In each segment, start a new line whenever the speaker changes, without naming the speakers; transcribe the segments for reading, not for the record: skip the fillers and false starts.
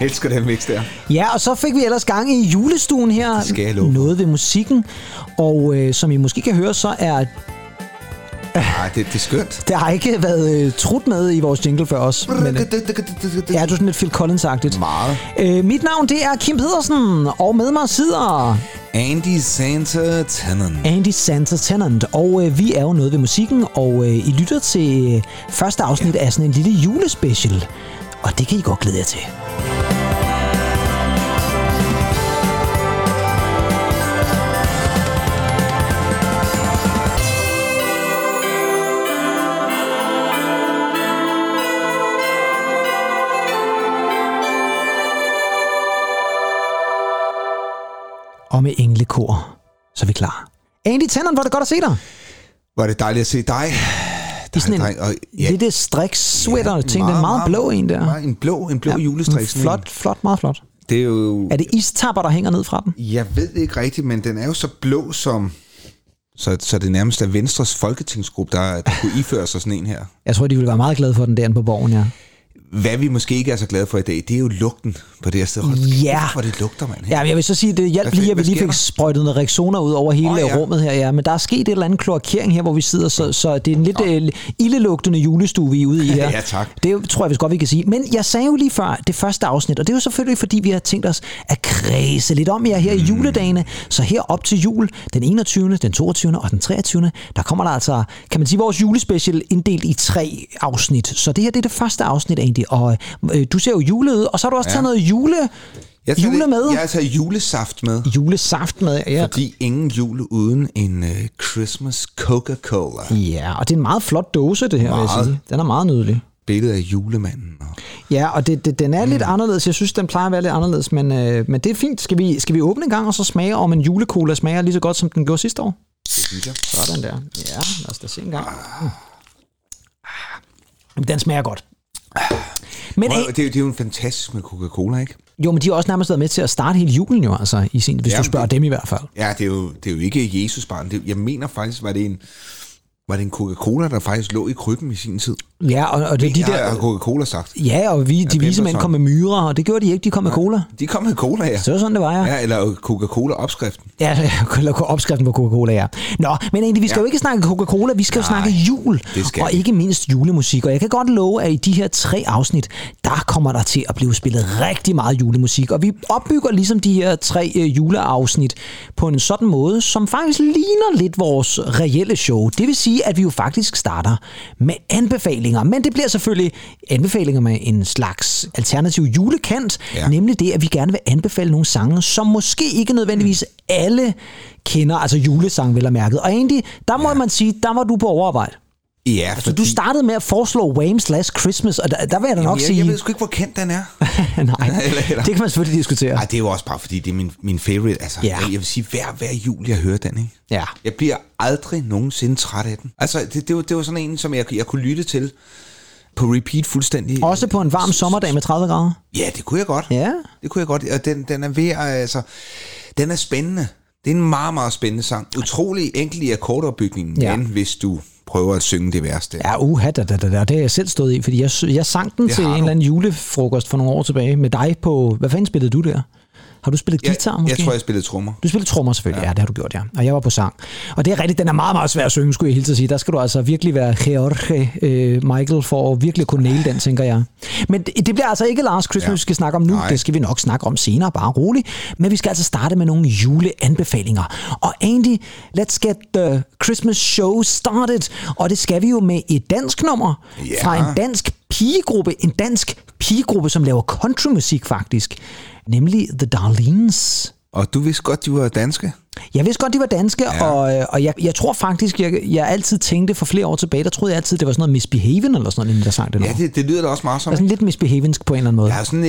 elsker den mix der.
Ja, og så fik vi ellers gang i julestuen her.
Det skal jeg love.
Noget ved musikken. Og som I måske kan høre, så er...
Det er skønt.
Der har ikke været trut med i vores jingle før os. Men, ja, du er sådan lidt Phil Collins-agtigt.
Meget.
Mit navn, det er Kim Pedersen, og med mig sidder...
Andy Santa Tennant.
Andy Santa Tennant. Og vi er jo noget ved musikken, og I lytter til første afsnit af sådan en lille julespecial. Og det kan I godt glæde jer til. Og med englekor, så er vi klar. Andy Tennant, var det godt at se dig?
Var det dejligt at se dig?
I sådan en lille striks-sweater, ting, den er meget blå en der.
En blå julestrik.
Flot, meget flot.
Det er jo...
Er det istapper, der hænger ned fra den?
Jeg ved det ikke rigtigt, men den er jo så blå som... Så det nærmest er Venstres folketingsgruppe, der kunne iføre sig sådan en her.
Jeg tror, de ville være meget glade for den derinde på Borgen, ja.
Hvad vi måske ikke er så glade for i dag, det er jo lugten på det her sted.
Ja.
Hvor det lugter, mand.
Ja, men jeg vil så sige, det hjalp lige, at vi lige fik sprøjtet noget reaktioner ud over hele rummet her. Ja. Men der er sket et eller andet kloakering her, hvor vi sidder, så det er en lidt ildelugtende julestue, vi er ude i her.
Ja, tak.
Det tror jeg vist godt, vi kan sige. Men jeg sagde jo lige før det første afsnit, og det er jo selvfølgelig, fordi vi har tænkt os at kredse lidt om jer her i juledagene. Så her op til jul, den 21., den 22. og den 23., der kommer der altså, kan man sige, vores julespecial inddelt i 3 afsnit. Så det her, det er det første afsnit egentlig, og du ser jo julet ud, og så har du også taget noget jule med.
Jeg har taget julesaft med.
Julesaft med, ja.
Fordi ingen jul uden en Christmas Coca-Cola.
Ja, og det er en meget flot dåse, det her, vil jeg sige. Den er meget nydelig.
Billedet af julemanden.
Ja, og den er lidt anderledes. Jeg synes, den plejer at være lidt anderledes, men det er fint. Skal vi åbne en gang og så smage, om en julecola smager lige så godt, som den gjorde sidste år?
Det synes jeg.
Sådan der. Ja, lad os da se en gang. Den smager godt. Men
det er jo en fantastisk med Coca-Cola, ikke?
Jo, men de har også nærmest været med til at starte hele julen jo, altså, hvis du spørger dem i hvert fald.
Ja, det er jo ikke Jesus barn. Jeg mener faktisk, var det en Coca-Cola, der faktisk lå i krybben i sin tid?
Ja, og det er de der...
har Coca-Cola sagt.
Ja, og de vise mænd kom med myrer, og det gjorde de ikke. De kom med cola.
De kom med cola, ja.
Så sådan, det var, ja.
Ja, eller Coca-Cola-opskriften.
Ja, opskriften på Coca-Cola, ja. Nå, men egentlig, vi skal jo ikke snakke Coca-Cola, vi skal jo snakke jul. Og ikke mindst julemusik. Og jeg kan godt love, at i de her 3 afsnit, der kommer der til at blive spillet rigtig meget julemusik. Og vi opbygger ligesom de her 3 juleafsnit på en sådan måde, som faktisk ligner lidt vores reelle show. Det vil sige, at vi jo faktisk starter med anbefalinger. Men det bliver selvfølgelig anbefalinger med en slags alternativ julekant, nemlig det, at vi gerne vil anbefale nogle sange, som måske ikke nødvendigvis alle kender, altså julesang vel og mærket. Og egentlig, der må man sige, der var du på overarbejde.
Ja,
altså, du startede med at foreslå Wham/Christmas, og der vil jeg da nok sige...
Jeg ved sgu ikke, hvor kendt den er.
Nej, det kan man selvfølgelig diskutere.
Nej, det er jo også bare, fordi det er min favorite. Altså, jeg vil sige, hver jul, jeg hører den, ikke?
Ja.
Jeg bliver aldrig nogensinde træt af den. Altså, det var sådan en, som jeg kunne lytte til på repeat fuldstændig.
Også på en varm sommerdag med 30 grader?
Ja, det kunne jeg godt.
Ja.
Det kunne jeg godt. Og den er ved at, altså... Den er spændende. Det er en meget, meget spændende sang. Utrolig enkel i akkordopbygningen, men hvis du prøver at synge det værste.
Ja, det har jeg selv stået i, fordi jeg sang den til en eller anden julefrokost for nogle år tilbage med dig på... Hvad fanden spillede du der? Har du spillet guitar måske?
Jeg tror, jeg spillede trommer.
Du spillede trommer selvfølgelig, ja, det har du gjort, ja. Og jeg var på sang. Og det er rigtigt, den er meget, meget svær at synge, skulle jeg hilse at sige. Der skal du altså virkelig være George Michael for at virkelig kunne næle den, tænker jeg. Men det bliver altså ikke Last Christmas, vi skal snakke om nu. Nej. Det skal vi nok snakke om senere, bare roligt. Men vi skal altså starte med nogle juleanbefalinger. Og Andy, let's get the Christmas show started. Og det skal vi jo med et dansk nummer fra en dansk pigegruppe, som laver countrymusik faktisk. Nemlig The Darlenes.
Og du vidste godt, de var danske?
Jeg vidste godt, de var danske, og jeg tror faktisk, jeg altid tænkte for flere år tilbage, der troede jeg altid, det var sådan noget Misbehaven eller sådan noget, der sang det.
Ja, det lyder da også meget som.
Det er sådan lidt Misbehavensk på en eller anden måde.
Jeg har sådan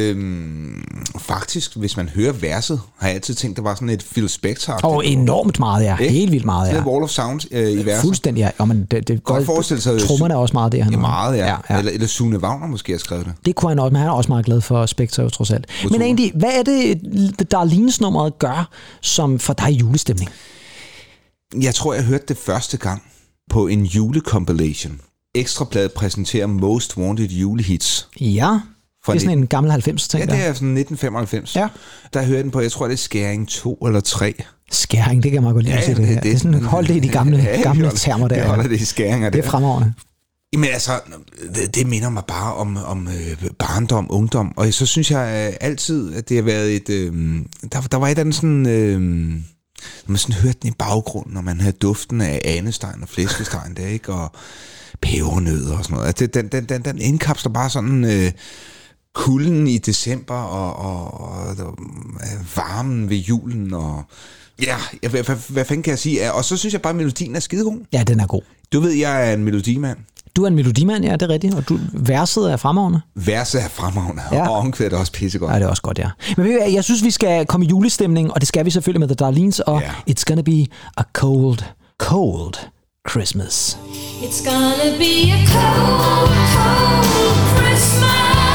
et, faktisk, hvis man hører verset, har jeg altid tænkt, der var sådan et Phil Spector.
Enormt meget, ja. Helt vildt meget, ja.
Det er Wall of Sound i verset.
Fuldstændig, ja. Men det
godt forestille sig.
Trommerne er også meget det, han
er. Meget, ja. Eller Sune Wagner måske har skrevet det.
Det kunne han også, men han er også meget glad for Spector, trods alt. Men egentlig, hvad er det, Darlenes-nummeret gør, som for dig julestemning?
Jeg tror, jeg hørte det første gang på en julecompilation. Ekstrabladet præsenterer Most Wanted julehits.
Ja. Det er sådan en gammel 90'er-ting.
Ja, det er sådan 1995.
Ja.
Der hører den på, jeg tror, det er Skæring 2 eller 3.
Skæring, det kan man godt lide at se det her. Det er sådan, hold det i de gamle termer der.
Det holder det i skæringer der.
Det er fremragende.
Jamen altså, det minder mig bare om barndom, ungdom, og så synes jeg altid, at det har været et... Der var et andet sådan... når man sådan hørte den i baggrunden, når man havde duften af anestein og flæskestegen der, ikke? Og pebernødder og sådan noget. Den indkapsler bare sådan kulden i december og varmen ved julen og... Ja, hvad fanden kan jeg sige? Og så synes jeg bare, at melodien er skidegod.
Ja, den er god.
Du ved, jeg er en melodimand.
Du er en melodimand, ja, det er rigtigt. Og verset er fremragende.
Verset er fremragende, ja. Og omkvædet er også pissegodt.
Ja, det er også godt, ja. Men jeg synes, vi skal komme i julestemning, og det skal vi selvfølgelig med The Darlenes, og It's Gonna Be a Cold, Cold Christmas.
It's gonna be a cold, cold Christmas.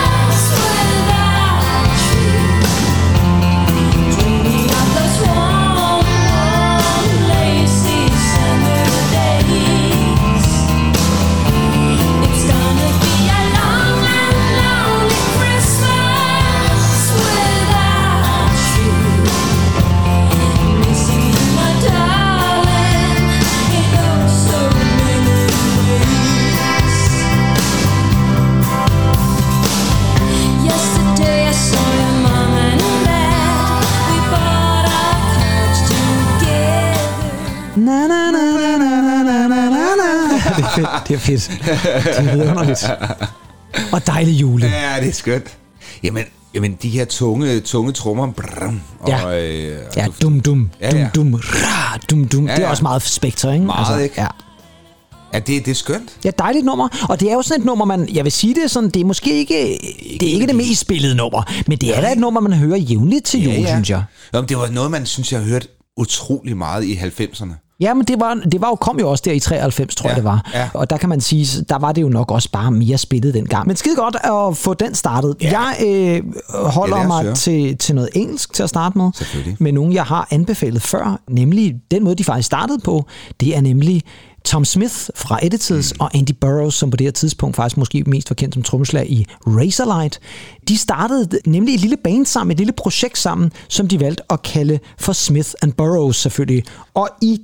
Det er fedt. Det er vidunderligt. Og dejlig jule.
Ja, det er skønt. Jamen de her tunge trommer.
Ja, dum, ra, dum. Det er også meget spekter, ikke?
Meget, ikke?
Ja.
Ja, det er skønt.
Ja, dejligt nummer. Og det er jo sådan et nummer, jeg vil sige det sådan, det er måske ikke det mest spillede nummer, men det er da et nummer, man hører jævnligt til jul, synes jeg.
Jamen, det var noget, man synes, jeg har hørt utrolig meget i 90'erne.
Ja, men kom jo også der i 93, tror jeg det var. Ja. Og der kan man sige, der var det jo nok også bare mere spillet dengang. Men skide godt at få den startet. Ja. Jeg holder mig til noget engelsk til at starte med. Med nogen, jeg har anbefalet før. Nemlig den måde, de faktisk startede på. Det er nemlig Tom Smith fra Editors og Andy Burroughs, som på det her tidspunkt faktisk måske mest var kendt som trommeslager i Razorlight. De startede nemlig et lille band sammen, et lille projekt sammen, som de valgte at kalde for Smith and Burroughs selvfølgelig. Og i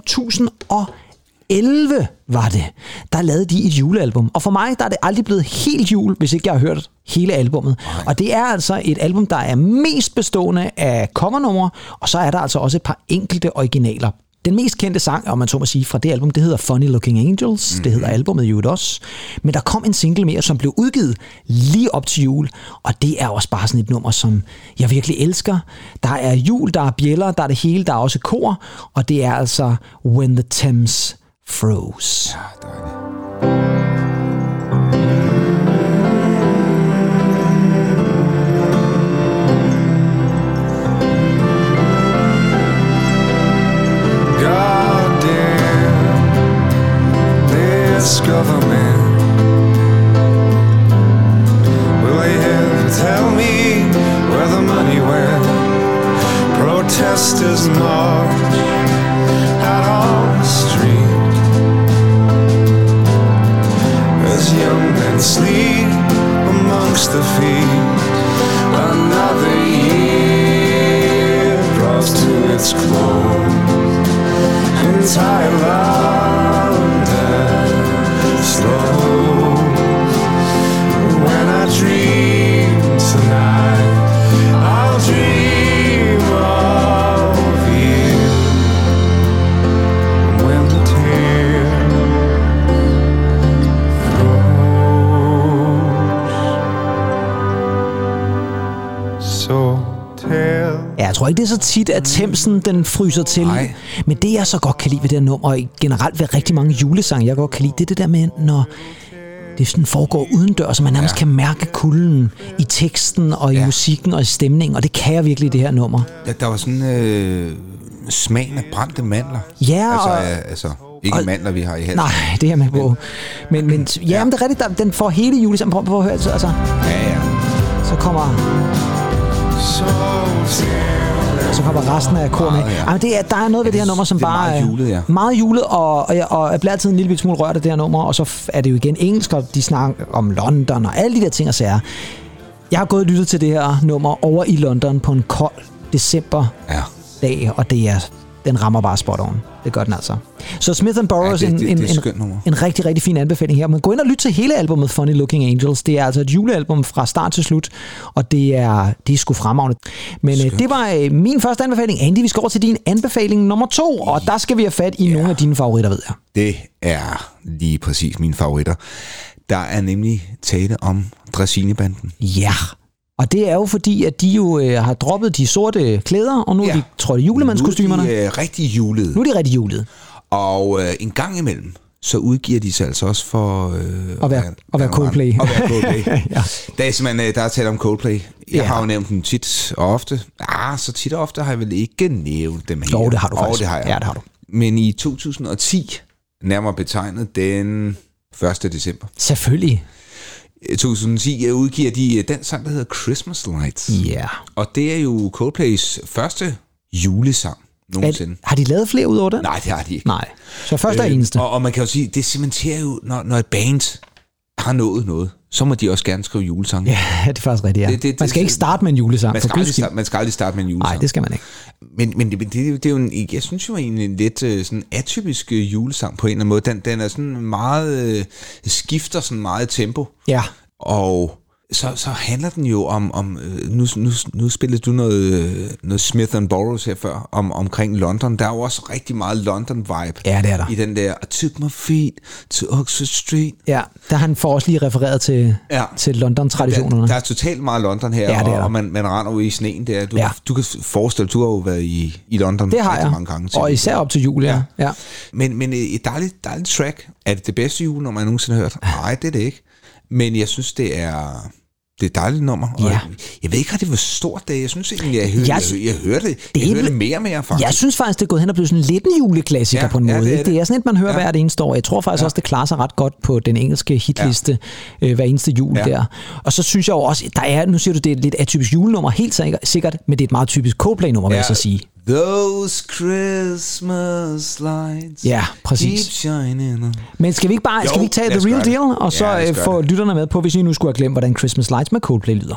2011 var det, der lavede de et julealbum. Og for mig, der er det aldrig blevet helt jul, hvis ikke jeg har hørt hele albummet. Og det er altså et album, der er mest bestående af covernumre, og så er der altså også et par enkelte originaler. Den mest kendte sang, om man så må sige, fra det album, det hedder Funny Looking Angels. Det hedder albumet jo også. Men der kom en single mere, som blev udgivet lige op til jul. Og det er også bare sådan et nummer, som jeg virkelig elsker. Der er jul, der er bjælder, der er det hele, der er også kor. Og det er altså When the Thames Froze.
Ja, dejligt.
Government, will they ever tell me where the money went? Protesters march out on the street as young men sleep amongst the feet. Another year draws to its close. Entire London slow. When I dream tonight, I'll dream of you. When the tear flows, so tell.
Ja, jeg tror ikke, det er så tit, at Themsen den fryser til.
Nej.
Men det, jeg så godt kan lide ved det her nummer, og generelt ved rigtig mange julesange, jeg godt kan lide, det er det der med, når det sådan foregår udendørs, så man nærmest kan mærke kulden i teksten og i musikken og i stemningen, og det kan jeg virkelig i det her nummer.
Der var sådan smagen af brændte mandler.
Ja,
altså ikke mandler, vi har i halsen.
Nej, det er jeg med på. Men men det er rigtigt, den får hele julesangen. Prøv at høre, altså.
Ja.
Så kommer resten af korene. Ja. Der er noget ved det her nummer, som bare
er meget julet,
meget julet, og jeg bliver altid en lille smule rørt af det her nummer, og så er det jo igen engelsk, og de snakker om London og alle de der ting og sager. Jeg har gået og lyttet til det her nummer over i London på en kold decemberdag, og den rammer bare spot on. Det gør den altså. Så Smith & Burroughs, en rigtig, rigtig fin anbefaling her. Men gå ind og lyt til hele albumet Funny Looking Angels. Det er altså et julealbum fra start til slut, og det er sgu fremragende. Men det var min første anbefaling. Andy, vi skal over til din anbefaling nummer 2, og der skal vi have fat i nogle af dine favoritter, ved jeg.
Det er lige præcis mine favoritter. Der er nemlig tale om Dræsinebanden.
Ja, og det er jo fordi, at de jo har droppet de sorte klæder, og nu er de trådt i julemandskostymerne.
Nu er de rigtig julede.
Nu er de rigtig julede.
Og en gang imellem, så udgiver de sig altså også for...
at være Coldplay.
At være Coldplay. Ja. Der er simpelthen, der er talt om Coldplay. Jeg har jo nævnt dem tit og ofte. Så tit og ofte har jeg vel ikke nævnt dem her.
Jo, det har du faktisk.
Det har jeg.
Ja, det har du.
Men i 2010, nærmere betegnet den 1. december.
Selvfølgelig.
2010 udgiver de den sang, der hedder Christmas Lights.
Ja.
Og det er jo Coldplays første julesang nogensinde.
Har de lavet flere ud over den?
Nej, det har de ikke.
Nej, så første er eneste.
Og man kan jo sige, det cementerer jo, når et band har nået noget, så må de også gerne skrive julesange.
Ja, det er faktisk rigtigt, ja. Man skal ikke starte med en julesang.
Man skal aldrig starte med en julesang.
Nej, det skal man ikke.
Men det er jo jeg synes jo egentlig en lidt sådan atypisk julesang på en eller anden måde. Den er sådan meget, skifter sådan meget tempo.
Ja.
Og så handler den jo om nu spillede du noget Smith & Burroughs her før, omkring London. Der er jo også rigtig meget London-vibe.
Ja, det er der.
I den der, I took my feet to Oxford Street.
Ja, der han får også lige refereret til London-traditionerne.
Der er totalt meget London her, og man render jo i sneen der. Du kan forestille, du har jo været i London rigtig mange gange.
Og især op til jul, ja.
Men et dejligt track. Er det bedste julenummer, jeg nogensinde har hørt? Nej, det er det ikke. Men jeg synes, det er et dejligt nummer. Og jeg ved ikke, at det var stort det. Jeg synes egentlig, jeg hører det mere og mere, faktisk.
Jeg synes faktisk, det er gået hen og blevet sådan lidt en juleklassiker på en måde. Det er sådan et, man hører hvert eneste år. Jeg tror faktisk også, det klarer sig ret godt på den engelske hitliste hver eneste jul der. Og så synes jeg jo også, der er, nu siger du, det er et lidt atypisk julenummer, helt sikkert, men det er et meget typisk Coldplay-nummer, vil jeg så sige.
Those Christmas lights.
Ja, præcis.
Keep shining.
Men skal vi ikke tage The Real Deal, og så få lytterne med på, hvis I nu skulle have glemt, hvordan Christmas Lights med Coldplay lyder.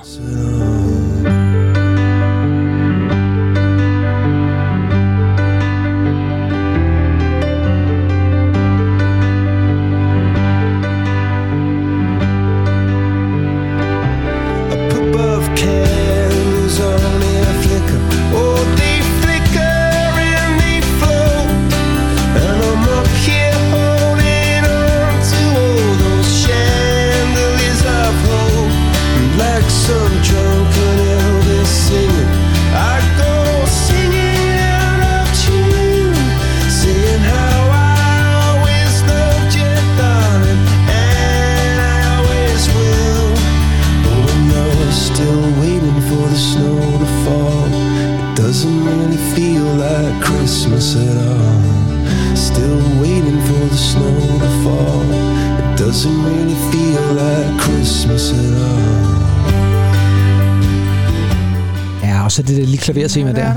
Så det der lige klavertema der.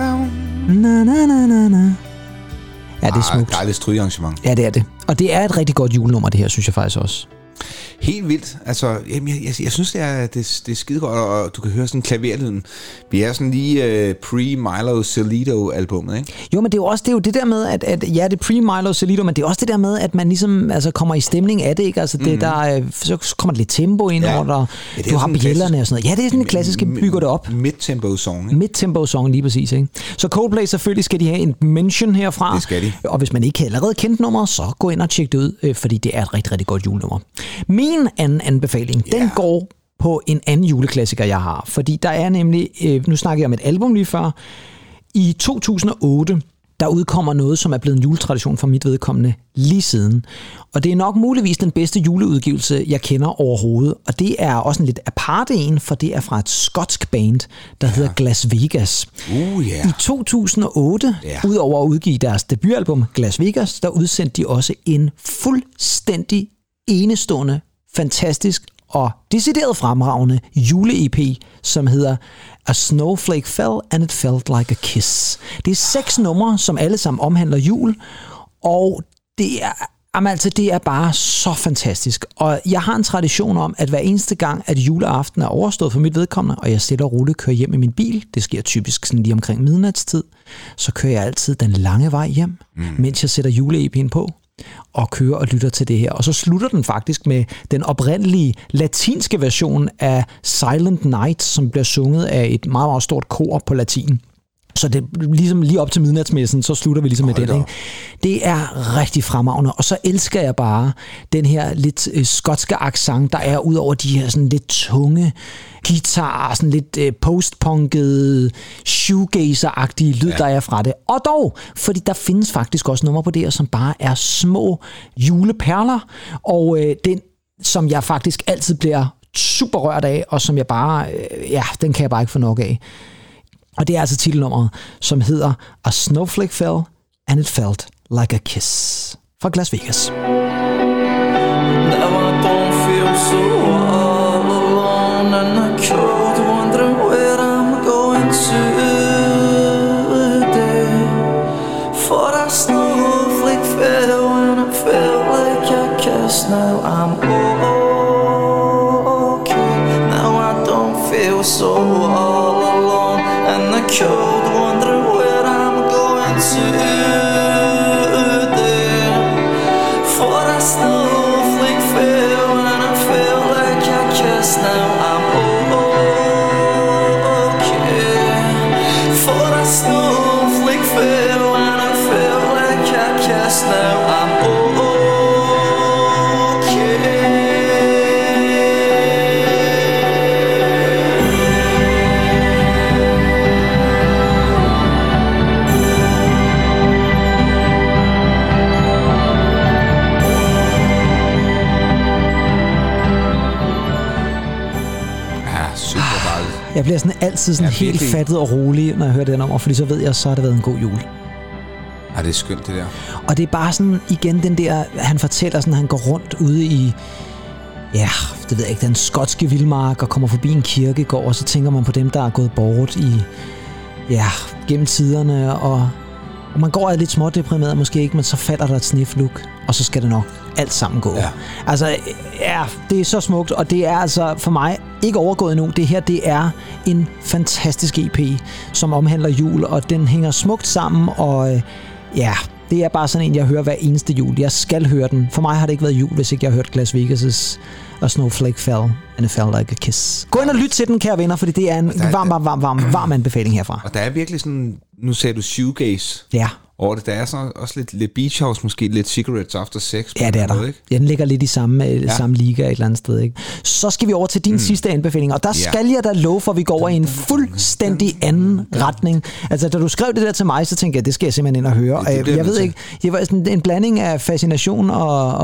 Na, na, na, na, na. Ja, det er smukt.
Dejligt strygearrangement.
Ja, det er det. Og det er et rigtig godt julenummer, det her, synes jeg faktisk også.
Helt vildt. Altså, jeg synes, det er skide godt, og du kan høre sådan klaverlyden. Vi er sådan lige pre-Milo Salido-albummet, ikke?
Jo, men det er jo det der med, at det er pre-Milo Salido, men det er også det der med, at man ligesom kommer i stemning af det, ikke? Altså, så kommer der lidt tempo ind over dig. Ja, du har bjællerne og sådan noget. Ja, det er sådan en klassisk, bygger det op.
Mid-tempo-song.
Mid-tempo-song, lige præcis, ikke? Så Coldplay, selvfølgelig skal de have en mention herfra.
Det skal de.
Og hvis man ikke allerede kendt nummer, så gå ind og tjek det ud, fordi det er et rigtig, rigtig godt julenummer. Min anden anbefaling, den går på en anden juleklassiker, jeg har. Fordi der er nemlig, nu snakker jeg om et album lige før, i 2008, der udkommer noget, som er blevet en juletradition for mit vedkommende lige siden. Og det er nok muligvis den bedste juleudgivelse, jeg kender overhovedet. Og det er også en lidt aparte en, for det er fra et skotsk band, der hedder Las Vegas. I 2008, udover at udgive deres debutalbum Las Vegas, der udsendte de også en fuldstændig enestående, fantastisk og decideret fremragende jule-EP, som hedder A Snowflake Fell and It Felt Like a Kiss. Det er 6 numre, som alle sammen omhandler jul, og det er Jamen altså, det er bare så fantastisk. Og jeg har en tradition om, at hver eneste gang, at juleaften er overstået for mit vedkommende, og jeg stille og roligt kører hjem i min bil, det sker typisk sådan lige omkring midnatstid, så kører jeg altid den lange vej hjem, mens jeg sætter jule-EP'en på, og kører og lytter til det her. Og så slutter den faktisk med den oprindelige latinske version af Silent Night, som bliver sunget af et meget, meget stort kor på latin. Så det ligesom lige op til midnatsmessen, så slutter vi ligesom med den. Ikke? Det er rigtig fremragende, og så elsker jeg bare den her lidt skotske accent, der er ud over de her sådan lidt tunge guitar, sådan lidt postpunket, shoegazer-agtige lyd, der er fra det. Og dog, fordi der findes faktisk også numre på det her, som bare er små juleperler, og den, som jeg faktisk altid bliver super rørt af, og som jeg bare, den kan jeg bare ikke få nok af. Og det er altså titelnummeret, som hedder A Snowflake Fell, and It Felt Like a Kiss fra Las Vegas.
Now I don't feel so all alone, and I could wondering where I'm going today. For that snowflake fell and it felt like a kiss. Now I'm okay. Now I don't feel so all alone, and I could wondering where I'm going today. For that snowflake fell and it felt like a kiss. Now I'm okay. For that snowflake fell and it felt like a kiss. Now I'm okay.
Jeg bliver sådan altid sådan helt fattet og rolig, når jeg hører det nummer, fordi så ved jeg, så har det været en god jul.
Ja, det er skønt, det der.
Og det er bare sådan, igen, den der, han fortæller sådan, han går rundt ude i, det ved jeg ikke, den skotske vildmark, og kommer forbi en kirkegård, og så tænker man på dem, der er gået bort i, gennem tiderne, og man går lidt smådeprimeret, måske ikke, men så falder der et snifluk, og så skal det nok alt sammen gå. Ja. Altså, det er så smukt, og det er altså for mig ikke overgået endnu. Det her, det er en fantastisk EP, som omhandler jul, og den hænger smukt sammen, og det er bare sådan en, jeg hører hver eneste jul. Jeg skal høre den. For mig har det ikke været jul, hvis ikke jeg har hørt Las Vegas' A Snowflake Fell, and It Felt Like a Kiss. Gå ind og lyt til den, kære venner, fordi det er en varm anbefaling herfra.
Og der er virkelig sådan, nu sagde du shoegaze.
Ja.
Og der er så også lidt beach house, måske lidt cigarettes after sex.
Ja, det er der.
Noget, ikke?
Ja, den ligger lidt i samme liga et eller andet sted. Ikke? Så skal vi over til din sidste anbefaling, og der skal jeg da love for, at vi går over i en fuldstændig anden retning. Altså, da du skrev det der til mig, så tænkte jeg, det skal jeg simpelthen ind og høre. Jeg ved ikke, det var sådan en blanding af fascination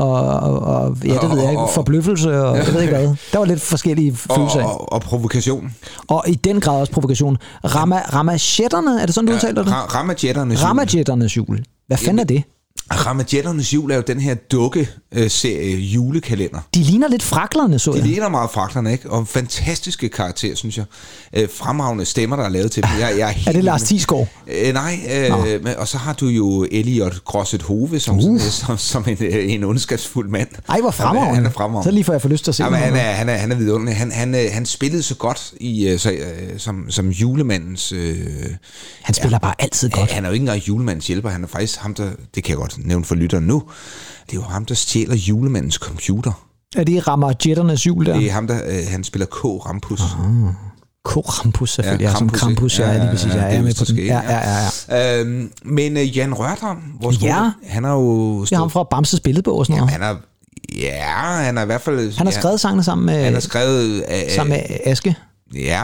og det ved jeg ikke, forbløffelse og jeg ved ikke hvad. Der var lidt forskellige følelser af.
Og provokation.
Og i den grad også provokation. Ramajeterne, er det sådan, du udtaler det? Ramajetternes jul. Hvad fanden er det?
Ramajetternes jul er jo den her dukke-serie julekalender.
De ligner lidt fraklerne, så jeg.
De ligner meget fraklerne, ikke? Og fantastiske karakterer, synes jeg. Fremragende stemmer, der er lavet til dem. Jeg er
det Lars Thiesgaard?
Nej, og så har du jo Elliot Grosset Hove som en ondskabsfuld mand.
Ej, hvor fremragende.
Han er fremragende.
Så lige for jeg får lyst til at se
han er vidunderlig. Han spillede så godt som julemandens...
han spiller bare altid godt.
Han er jo ikke engang julemandens hjælper. Han er faktisk ham, der... Det kan jeg godt nævne for lytteren nu. Det er jo ham, der stjæler julemandens computer.
Er det Ramajetternes jul der?
Det er ham, der han spiller K. Rampus.
Krampus selvfølgelig. Ja, Krampus, som Krampus, ja, lige præcis. Jeg er med på den. Ja.
Men Jan Rørdam, vores han har jo...
Det er ham fra Bamses billedbog og sådan noget.
Han er i hvert fald...
Han har skrevet sangene sammen med...
Han har skrevet...
sammen med Aske.
Ja,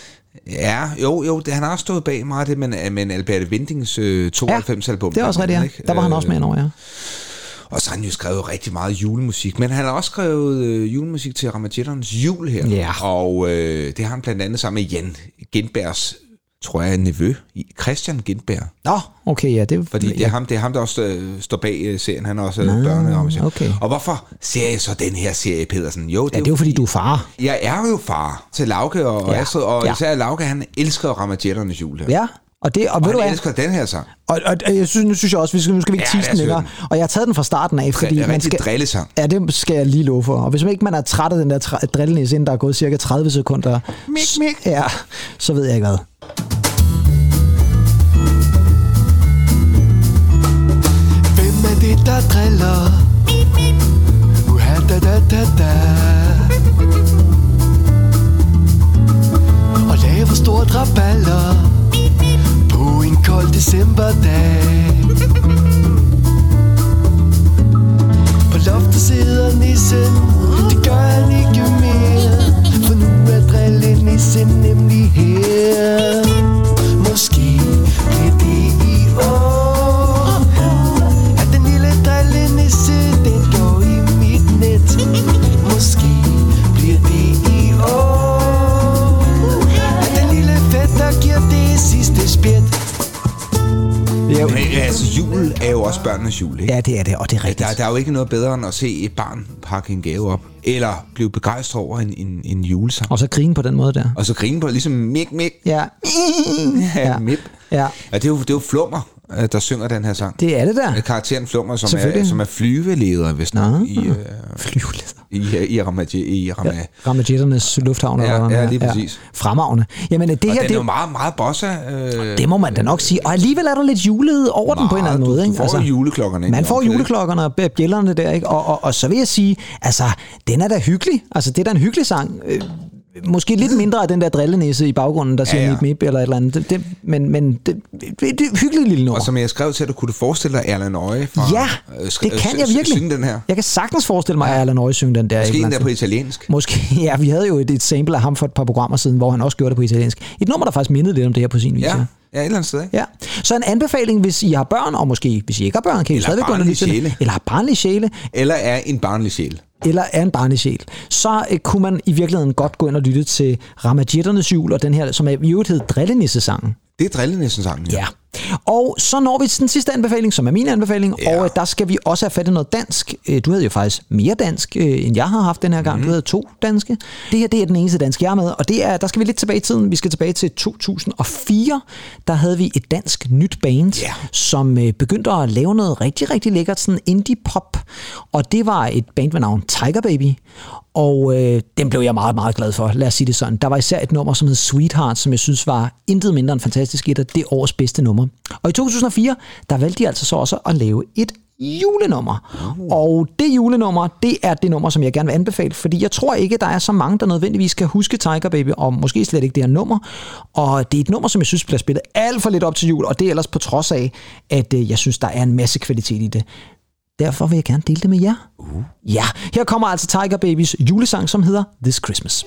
jo, han har også stået bag meget af det, men Albert Windings 92-album.
Det er også rigtigt, ja. Der var han også med over, ja.
Og så har han jo skrevet rigtig meget julemusik, men han har også skrevet julemusik til Ramajetternes jul her.
Ja.
Og det har han blandt andet sammen med Jan Gindbergs, tror jeg, nevø, Christian Gindberg.
Nå, okay, ja.
Fordi det er ham, der også står bag serien. Han har også børne.
Okay.
Og hvorfor ser jeg så den her serie, Pedersen? Jo,
det er jo fordi, du er far.
Jeg er jo far til Lauke og Astrid, og især Lauke, han elsker Ramajetternes jul her.
Ja, Og ved
Og
du
han
hvad?
elsker den her sang.
Og jeg synes, nu synes jeg også, nu skal vi ikke tease den længere. Og jeg har taget den fra starten af, fordi
Det er en
man
rigtig
skal...
drillesang.
Ja, det skal jeg lige love for. Og hvis man ikke er træt af den der drillenæse, inden der er gået cirka 30 sekunder,
Mik.
ja, så ved jeg ikke hvad.
Hvem er det, der driller? Da. Og laver store raballer på en kold decemberdag. På loftet sidder nissen, det gør han ikke mere, for nu er drillenissen nemlig her. Måske bliver det i år, at den lille drillenisse, den går i mit net. Måske bliver det i år, at den lille fætter giver det sidste spjæt.
Men altså, jul er jo også børnenes jul, ikke?
Ja, det er det, og det er rigtigt.
Der er jo ikke noget bedre end at se et barn pakke en gave op, eller blive begejstret over en julesang.
Og så grine på den måde der.
Og så grine på, ligesom mik.
Ja.
Ja, mip.
Ja.
Ja, det er jo Flummer, der synger den her sang.
Det er det der.
Karakteren Flummer, som er flyveleder, hvis nok, i
Ramajetternes lufthavn.
Ja, lige præcis.
Fremragende. Jamen, det
og
her,
den er jo meget, meget bossa.
Det må man da nok sige. Og alligevel er der lidt julet over den på en eller anden måde.
Du får juleklokkerne.
Man får juleklokkerne og bjællerne der, ikke? Og så vil jeg sige, altså, den er da hyggelig. Altså, det er da en hyggelig sang. Måske lidt mindre af den der drillenæse i baggrunden, der siger mip eller et eller andet. Men det er et hyggeligt lille nummer.
Og som jeg skrev til dig, kunne du forestille dig Erlend Øje fra
det kan jeg virkelig.
synge den her?
Jeg kan sagtens forestille mig, at Erlend Øje synge den der.
Måske den der på italiensk.
Måske, ja. Vi havde jo et sample af ham for et par programmer siden, hvor han også gjorde det på italiensk. Et nummer, der faktisk mindede lidt om det her på sin vis.
Ja, et eller andet sted, ikke?
Ja. Så en anbefaling, hvis I har børn, og måske hvis I ikke har børn, kan I stadigvæk gå ind og lytte til det. Eller har barnlige sjæle.
Eller er en barnlig sjæl.
Eller er en barnesjæl, så kunne man i virkeligheden godt gå ind og lytte til Ramajetternes jul, og den her, som er i øvrigt hedder Drillenisse-sangen.
Det er Drillenisse-sangen,
ja. Og så når vi til den sidste anbefaling, som er min anbefaling, og der skal vi også have fat i noget dansk. Du havde jo faktisk mere dansk, end jeg har haft den her gang. Du havde 2 danske. Det her, det er den eneste dansk, jeg er med, og det er, der skal vi lidt tilbage i tiden. Vi skal tilbage til 2004. Der havde vi et dansk nyt band, som begyndte at lave noget rigtig, rigtig lækkert, sådan indie-pop. Og det var et band med navn Tiger Baby. Og den blev jeg meget, meget glad for. Lad os sige det sådan. Der var især et nummer, som hed Sweetheart, som jeg synes var intet mindre end fantastisk. Et af det års bedste nummer. Og i 2004, der valgte de altså så også at lave et julenummer. Og det julenummer, det er det nummer, som jeg gerne vil anbefale, fordi jeg tror ikke, der er så mange, der nødvendigvis skal huske Tiger Baby, og måske slet ikke det her nummer. Og det er et nummer, som jeg synes bliver spillet alt for lidt op til jul, og det er ellers på trods af, at jeg synes, der er en masse kvalitet i det. Derfor vil jeg gerne dele det med jer. Ja, her kommer altså Tiger Babys julesang, som hedder This Christmas.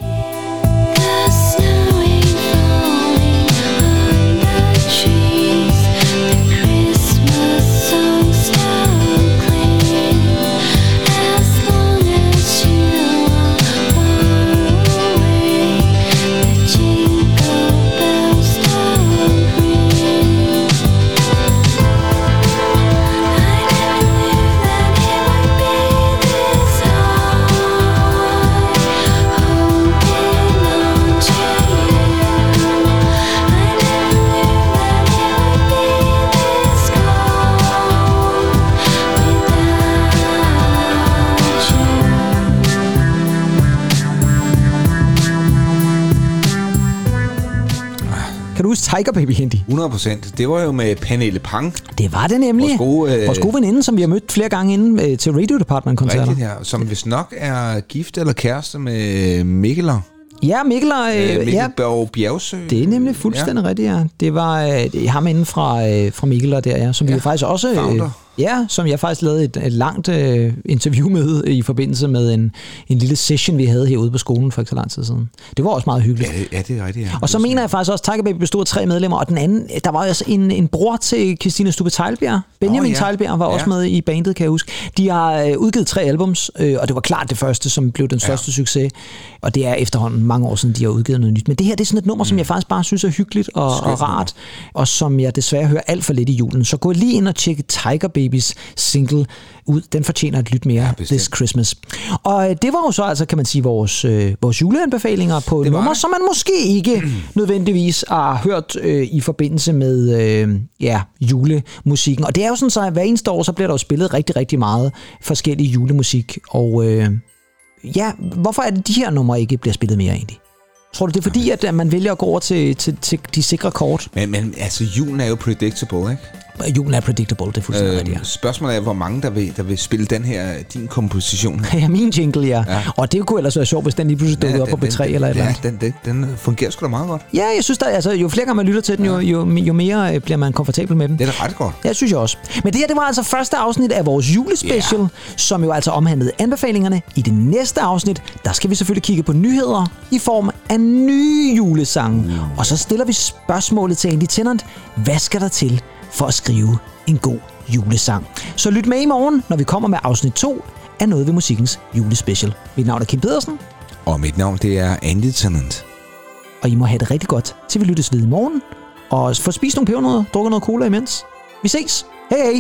Kan du huske Tiger Baby, Hindi?
100%. Det var jo med Pernille Pang.
Det var det nemlig. Vores gode veninde, som vi har mødt flere gange inde til Radio Department-koncerter.
Rigtigt, ja. Som vist nok er gift eller kæreste med Mikkeler.
Ja, Mikkel
Bjergsø.
Det er nemlig fuldstændig rigtigt, ja. Det var ham inden fra Mikkeler der, ja, som vi faktisk også... som jeg faktisk lavede et langt interview med i forbindelse med en lille session, vi havde herude på skolen for ikke så lang tid siden. Det var også meget hyggeligt.
Ja, det er rigtigt, ja.
Og så mener jeg faktisk også, at Tiger Baby bestod af 3 medlemmer, og den anden, der var også en bror til Christina Stubbe Teglbjerg. Benjamin Teglbjerg var også med i bandet, kan jeg huske. De har udgivet 3 albums, og det var klart det første, som blev den største succes. Og det er efterhånden mange år siden, de har udgivet noget nyt. Men det her, det er sådan et nummer, som jeg faktisk bare synes er hyggeligt og rart, og som jeg desværre hører alt for lidt i julen. Så gå lige ind og tjekke Tiger Baby Babys single ud. Den fortjener et lyt mere This Christmas. Og det var jo så altså, kan man sige, vores juleanbefalinger på numre, som man måske ikke nødvendigvis har hørt i forbindelse med julemusikken. Og det er jo sådan, så at hver eneste år, så bliver der jo spillet rigtig, rigtig meget forskellig julemusik. Og hvorfor er det, de her numre ikke bliver spillet mere egentlig? Tror du, det er fordi, at man vælger at gå over til de sikre kort?
Men altså, julen er jo predictable, ikke?
Julen er predictable, det er fuldstændig rigtigt, ja.
Spørgsmålet er, hvor mange der vil spille den her, din komposition.
Ja, min jingle, ja. Og det kunne ellers være sjovt, hvis den lige pludselig dukkede op på B3 eller et eller
andet. Den fungerer sgu da meget godt.
Ja, jeg synes, jo flere gange man lytter til den, jo mere bliver man komfortabel med dem.
Det er da ret godt.
Ja, synes jeg også. Men det her, det var altså første afsnit af vores julespecial, som jo altså omhandlede anbefalingerne. I det næste afsnit, der skal vi selvfølgelig kigge på nyheder i form af nye julesange. Og så stiller vi spørgsmålet til Andy Tennant. Hvad skal der til for at skrive en god julesang? Så lyt med i morgen, når vi kommer med afsnit 2 af Noget ved Musikkens julespecial. Mit navn er Kim Pedersen.
Og mit navn, det er Andy Tennant.
Og I må have det rigtig godt, til vi lyttes ved i morgen. Og få spist nogle pebernødder, drukke noget cola imens. Vi ses. Hej hej.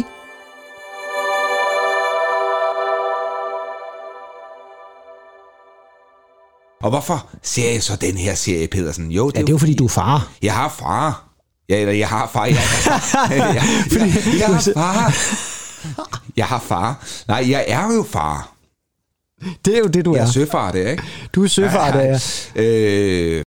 Og hvorfor ser jeg så den her serie, Pedersen? Jo,
det er jo fordi, du er far.
Jeg har far. Jeg har far. Jeg har far. Jeg har far. Nej, jeg er jo far.
Det er jo det, du er.
Jeg er søfar, det er, ikke?
Du er søfar, det er.